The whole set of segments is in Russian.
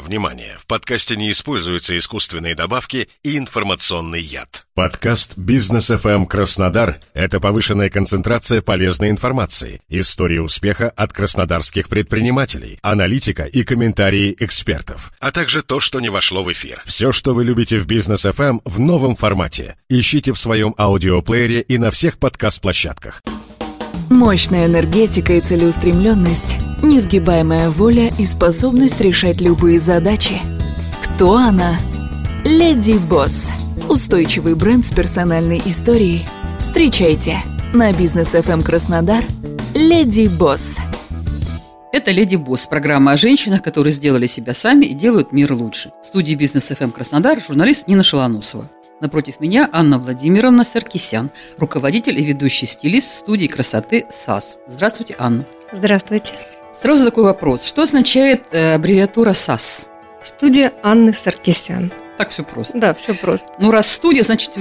Внимание! В подкасте не используются искусственные добавки и информационный яд. Подкаст «Бизнес FM Краснодар» — это повышенная концентрация полезной информации, истории успеха от краснодарских предпринимателей, аналитика и комментарии экспертов, а также то, что не вошло в эфир. Все, что вы любите в «Бизнес FM» в новом формате. Ищите в своем аудиоплеере и на всех подкаст-площадках. Мощная энергетика и целеустремленность, несгибаемая воля и способность решать любые задачи. Кто она? Леди Босс. Устойчивый бренд с персональной историей. Встречайте на Бизнес FM Краснодар Леди Босс. Это «Леди Босс» – программа о женщинах, которые сделали себя сами и делают мир лучше. В студии «Бизнес FM Краснодар» журналист Нина Шалоносова. Напротив меня Анна Владимировна Саркисян, руководитель и ведущий стилист студии красоты САС. Здравствуйте, Анна. Здравствуйте. Сразу такой вопрос. Что означает аббревиатура САС? Студия Анны Саркисян. Так все просто? Да, все просто. Ну, раз студия, значит,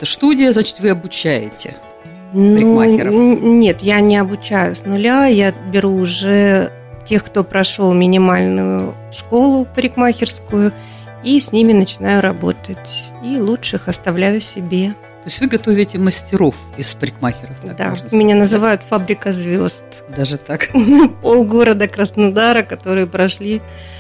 вы обучаете парикмахеров? Нет, я не обучаю с нуля. Я беру уже тех, кто прошел минимальную школу парикмахерскую, и с ними начинаю работать. И лучших оставляю себе. То есть вы готовите мастеров из парикмахеров? Да, меня называют «Фабрика звезд». Даже так? Полгорода Краснодара, которые прошли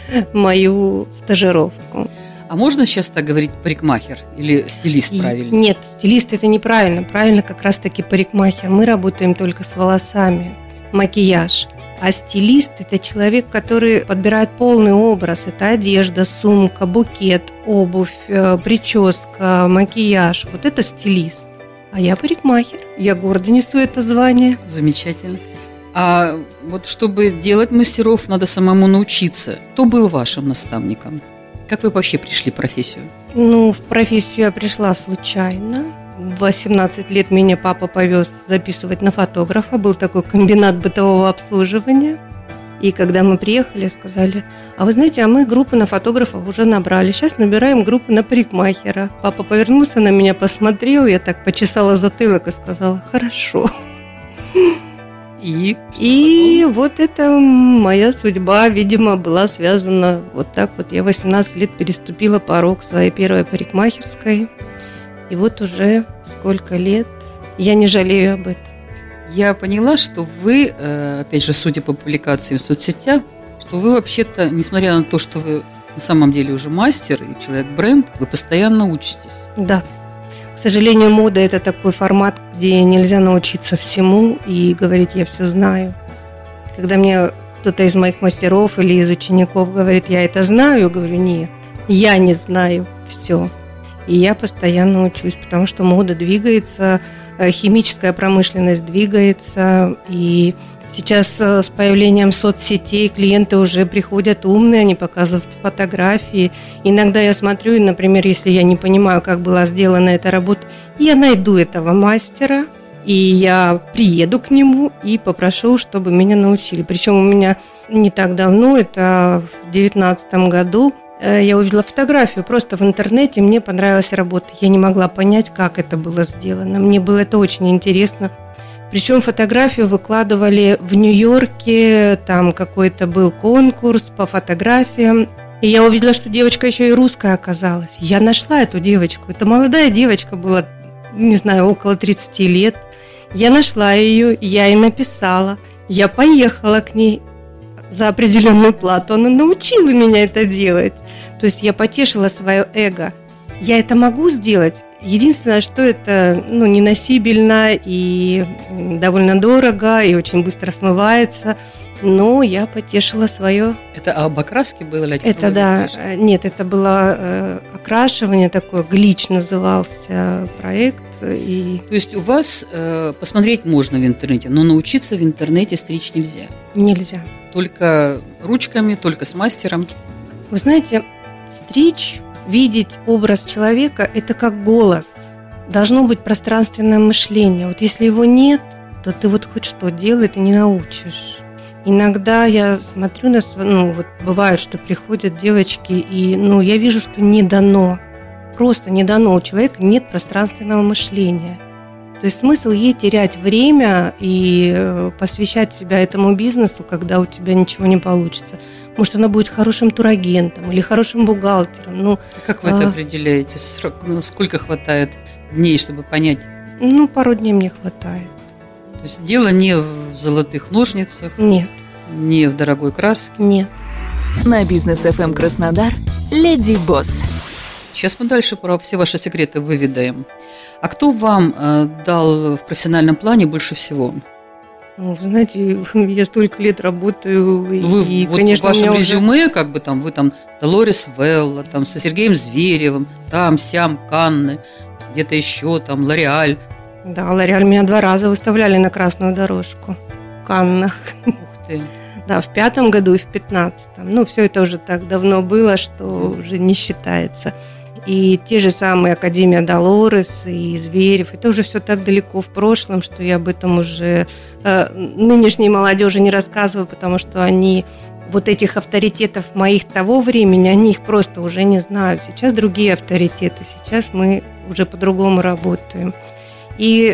мою стажировку. А можно сейчас так говорить парикмахер или стилист правильно? Нет, стилист – это неправильно. Правильно как раз-таки парикмахер. Мы работаем только с волосами, макияж. А стилист – это человек, который подбирает полный образ. Это одежда, сумка, букет, обувь, прическа, макияж. Вот это стилист. А я парикмахер. Я гордо несу это звание. Замечательно. А вот чтобы делать мастеров, надо самому научиться. Кто был вашим наставником? Как вы вообще пришли в профессию? В профессию я пришла случайно. В 18 лет меня папа повез записывать на фотографа. Был такой комбинат бытового обслуживания. И когда мы приехали, сказали: а вы знаете, а мы группу на фотографов уже набрали. Сейчас набираем группу на парикмахера. Папа повернулся на меня, посмотрел. Я так почесала затылок и сказала: хорошо. И вот это моя судьба, видимо, была связана вот так вот. Я 18 лет переступила порог своей первой парикмахерской. И вот уже сколько лет, я не жалею об этом. Я поняла, что вы, опять же, судя по публикациям в соцсетях, что вы вообще-то, несмотря на то, что вы на самом деле уже мастер и человек-бренд, вы постоянно учитесь. Да. К сожалению, мода – это такой формат, где нельзя научиться всему и говорить «я все знаю». Когда мне кто-то из моих мастеров или из учеников говорит «я это знаю», я говорю «нет, я не знаю все». И я постоянно учусь, потому что мода двигается, химическая промышленность двигается. И сейчас с появлением соцсетей клиенты уже приходят умные, они показывают фотографии. Иногда я смотрю, и, например, если я не понимаю, как была сделана эта работа, я найду этого мастера, и я приеду к нему и попрошу, чтобы меня научили. Причем у меня не так давно, это в 2019 году, я увидела фотографию просто в интернете, мне понравилась работа. Я не могла понять, как это было сделано. Мне было это очень интересно. Причем фотографию выкладывали в Нью-Йорке, там какой-то был конкурс по фотографиям. И я увидела, что девочка еще и русская оказалась. Я нашла эту девочку. Это молодая девочка была, не знаю, около 30 лет. Я нашла ее, я ей написала. Я поехала к ней за определенную плату. Она научила меня это делать. То есть я потешила свое эго. Я это могу сделать. Единственное, что это неносибельно и довольно дорого, и очень быстро смывается. Но я потешила свое. Это об окраске было? Это да. Нет, это было окрашивание такое, глич назывался проект. И... То есть у вас посмотреть можно в интернете, но научиться в интернете стричь нельзя? Нельзя. Только ручками, только с мастером? Вы знаете, стричь, видеть образ человека – это как голос. Должно быть пространственное мышление. Вот если его нет, то ты вот хоть что делай, ты не научишь. Иногда я смотрю на бывает, что приходят девочки, и я вижу, что не дано. Просто не дано. У человека нет пространственного мышления. То есть смысл ей терять время и посвящать себя этому бизнесу, когда у тебя ничего не получится. Может, она будет хорошим турагентом или хорошим бухгалтером. Ну, как вы это определяете? Сколько хватает дней, чтобы понять? Пару дней мне хватает. То есть дело не в золотых ножницах? Нет. Не в дорогой краске? Нет. На Бизнес ФМ Краснодар Леди Босс. Сейчас мы дальше про все ваши секреты выведаем. А кто вам дал в профессиональном плане больше всего? Вы знаете, я столько лет работаю, вы, конечно, в вашем резюме, вы там Долорес Велла, там со Сергеем Зверевым, там, сям, Канны, где-то еще, там, Лореаль. Да, Лореаль меня 2 раза выставляли на красную дорожку в Каннах. Ух ты. Да, в 5 году и в 15. Все это уже так давно было, что уже не считается. И те же самые Академия Долорес и Зверев, это уже все так далеко в прошлом, что я об этом уже нынешней молодежи не рассказываю, потому что они вот этих авторитетов моих того времени, они их просто уже не знают. Сейчас другие авторитеты, сейчас мы уже по-другому работаем. И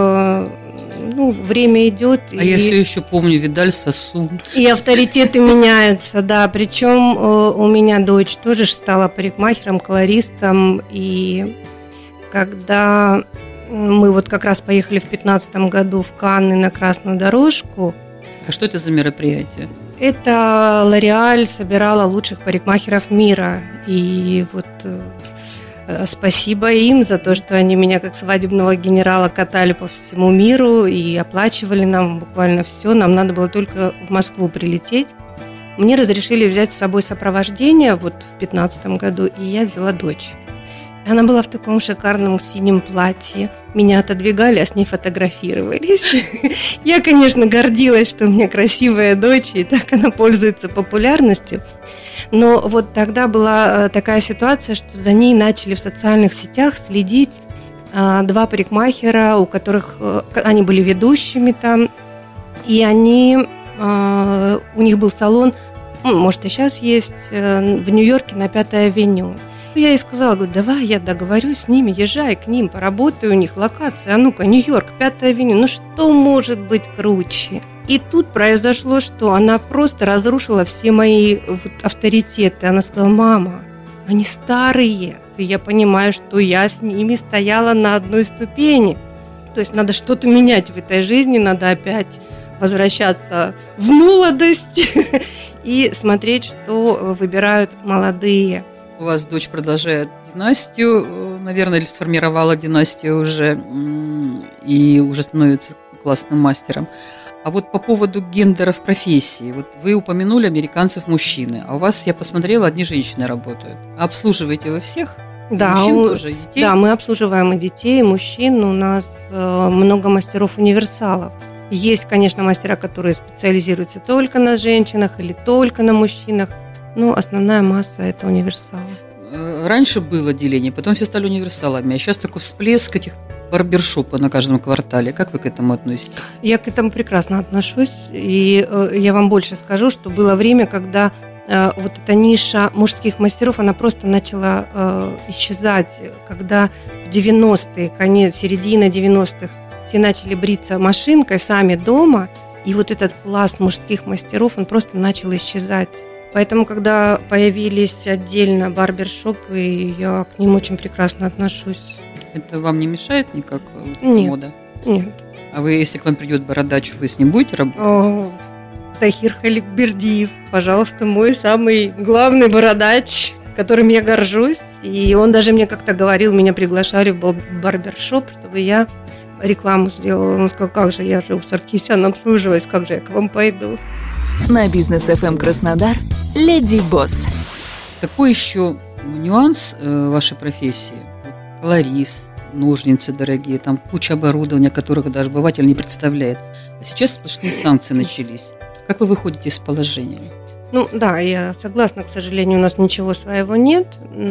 время идет. Я все еще помню Видаль Сассун. И авторитеты меняются, да. Причем у меня дочь тоже стала парикмахером, колористом. И когда мы вот как раз поехали в 2015 году в Канны на красную дорожку. А что это за мероприятие? Это Лореаль собирала лучших парикмахеров мира. И вот... Спасибо им за то, что они меня как свадебного генерала катали по всему миру и оплачивали нам буквально все. Нам надо было только в Москву прилететь. Мне разрешили взять с собой сопровождение в 2015 году, и я взяла дочь. Она была в таком шикарном синем платье. Меня отодвигали, а с ней фотографировались. Я, конечно, гордилась, что у меня красивая дочь, и так она пользуется популярностью. Но вот тогда была такая ситуация, что за ней начали в социальных сетях следить 2 парикмахера, у которых они были ведущими там, и у них был салон, может и сейчас есть, в Нью-Йорке на 5-й авеню. Я ей сказала, говорю, давай я договорюсь с ними, езжай к ним, поработай у них, локация, а ну-ка, Нью-Йорк, 5-я авеню, что может быть круче? И тут произошло, что она просто разрушила все мои авторитеты. Она сказала, мама, они старые. И я понимаю, что я с ними стояла на одной ступени. То есть надо что-то менять в этой жизни, надо опять возвращаться в молодость и смотреть, что выбирают молодые. У вас дочь продолжает династию, наверное, или сформировала династию уже и уже становится классным мастером. А вот по поводу гендера в профессии. Вот вы упомянули американцев-мужчины, а у вас, я посмотрела, одни женщины работают. Обслуживаете вы всех? Да, мужчин тоже, и детей? Да, мы обслуживаем и детей, и мужчин. У нас много мастеров-универсалов. Есть, конечно, мастера, которые специализируются только на женщинах или только на мужчинах, но основная масса – это универсалы. Раньше было деление, потом все стали универсалами, а сейчас такой всплеск этих барбершопа на каждом квартале. Как вы к этому относитесь? Я к этому прекрасно отношусь. И я вам больше скажу, что было время, когда вот эта ниша мужских мастеров, она просто начала исчезать. Когда в 90-е, середина 90-х, все начали бриться машинкой сами дома, и вот этот пласт мужских мастеров, он просто начал исчезать. Поэтому, когда появились отдельно барбершопы, я к ним очень прекрасно отношусь. Это вам не мешает никак Нет, мода? Нет. А вы, если к вам придет бородач, вы с ним будете работать? Тахир Халикбердиев, пожалуйста, мой самый главный бородач, которым я горжусь. И он даже мне как-то говорил, меня приглашали в барбершоп, чтобы я рекламу сделала. Он сказал, как же, я же у Саркисяна обслуживаюсь, как же я к вам пойду. На Бизнес ФМ Краснодар Леди Босс. Какой еще нюанс вашей профессии? Колорист, ножницы дорогие, там куча оборудования, которых даже обыватель не представляет. А сейчас сплошные санкции начались. Как вы выходите из положения? Ну да, я согласна, к сожалению, у нас ничего своего нет,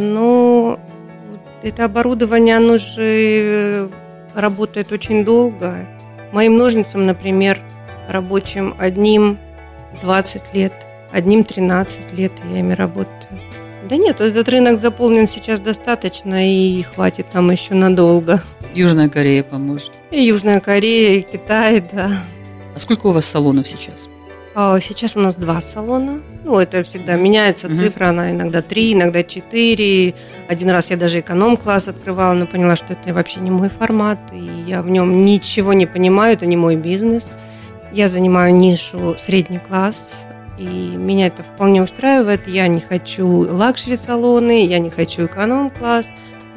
но это оборудование, оно же работает очень долго. Моим ножницам, например, рабочим одним 20 лет, одним 13 лет я ими работаю. Да нет, этот рынок заполнен сейчас достаточно и хватит нам еще надолго. Южная Корея поможет. И Южная Корея, и Китай, да. А сколько у вас салонов сейчас? Сейчас у нас 2 салона. Это всегда меняется цифра, она иногда 3, иногда 4. Один раз я даже эконом-класс открывала, но поняла, что это вообще не мой формат, и я в нем ничего не понимаю, это не мой бизнес. Я занимаю нишу средний класс, и меня это вполне устраивает. Я не хочу лакшери-салоны, я не хочу эконом-класс.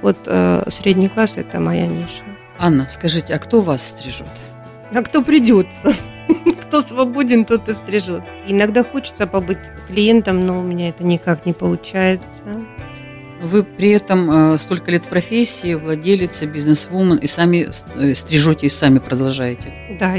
Средний класс – это моя ниша. Анна, скажите, а кто вас стрижет? А кто придется? Кто свободен, тот и стрижет. Иногда хочется побыть клиентом, но у меня это никак не получается. Вы при этом столько лет в профессии, владелица, бизнесвумен, и сами стрижете, и сами продолжаете. Да,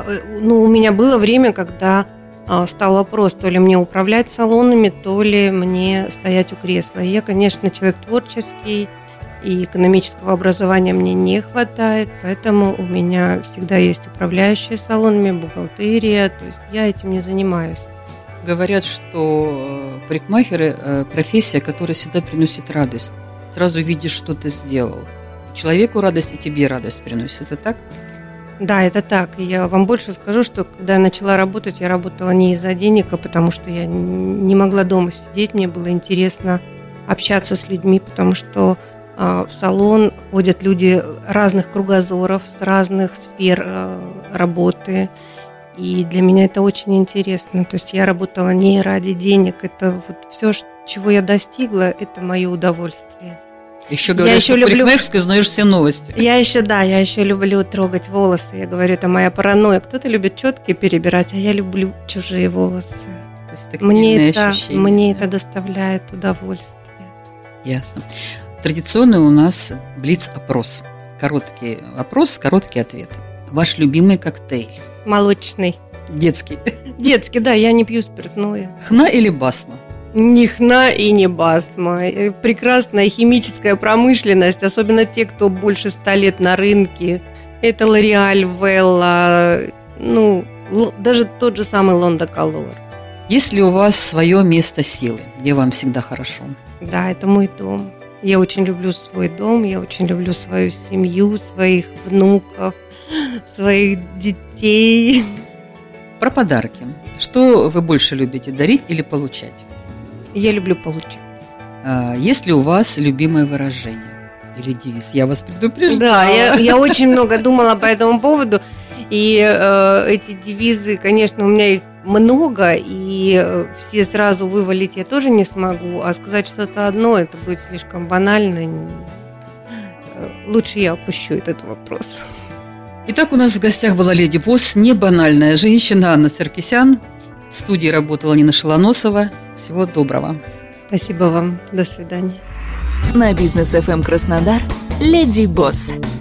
у меня было время, когда стал вопрос, то ли мне управлять салонами, то ли мне стоять у кресла. И я, конечно, человек творческий, и экономического образования мне не хватает, поэтому у меня всегда есть управляющие салонами, бухгалтерия, то есть я этим не занимаюсь. Говорят, что парикмахеры – профессия, которая всегда приносит радость. Сразу видишь, что ты сделал. Человеку радость и тебе радость приносит. Это так? Да, это так. И я вам больше скажу, что когда я начала работать, я работала не из-за денег, а потому что я не могла дома сидеть. Мне было интересно общаться с людьми, потому что в салон ходят люди разных кругозоров, с разных сфер работы. И для меня это очень интересно. То есть я работала не ради денег. Это все, чего я достигла, это мое удовольствие. Еще говорят, что в парикмахерской узнаешь все новости. Я еще люблю трогать волосы. Я говорю, это моя паранойя. Кто-то любит четкие перебирать, а я люблю чужие волосы. То есть тактильные ощущения. Мне это доставляет удовольствие. Ясно. Традиционный у нас блиц-опрос. Короткий вопрос, короткие ответы. Ваш любимый коктейль? Молочный. Детский? Детский, да, я не пью спиртное. Хна или басма? Ни хна и не басма. Прекрасная химическая промышленность, особенно те, кто больше 100 лет на рынке. Это L'Oréal, Вэлла, даже тот же самый Лондо Колор. Есть ли у вас свое место силы, где вам всегда хорошо? Да, это мой дом. Я очень люблю свой дом, я очень люблю свою семью, своих внуков, своих детей. Про подарки. Что вы больше любите, дарить или получать? Я люблю получать. Есть ли у вас любимое выражение или девиз? Я вас предупреждала. Да, я очень много думала по этому поводу. И эти девизы, конечно, у меня их много, и все сразу вывалить я тоже не смогу. А сказать что-то одно, это будет слишком банально. Лучше я опущу этот вопрос. Итак, у нас в гостях была леди Босс, не банальная женщина Анна Саркисян. В студии работала Нина Шалоносова. Всего доброго. Спасибо вам. До свидания. На Бизнес ФМ Краснодар «Леди Босс».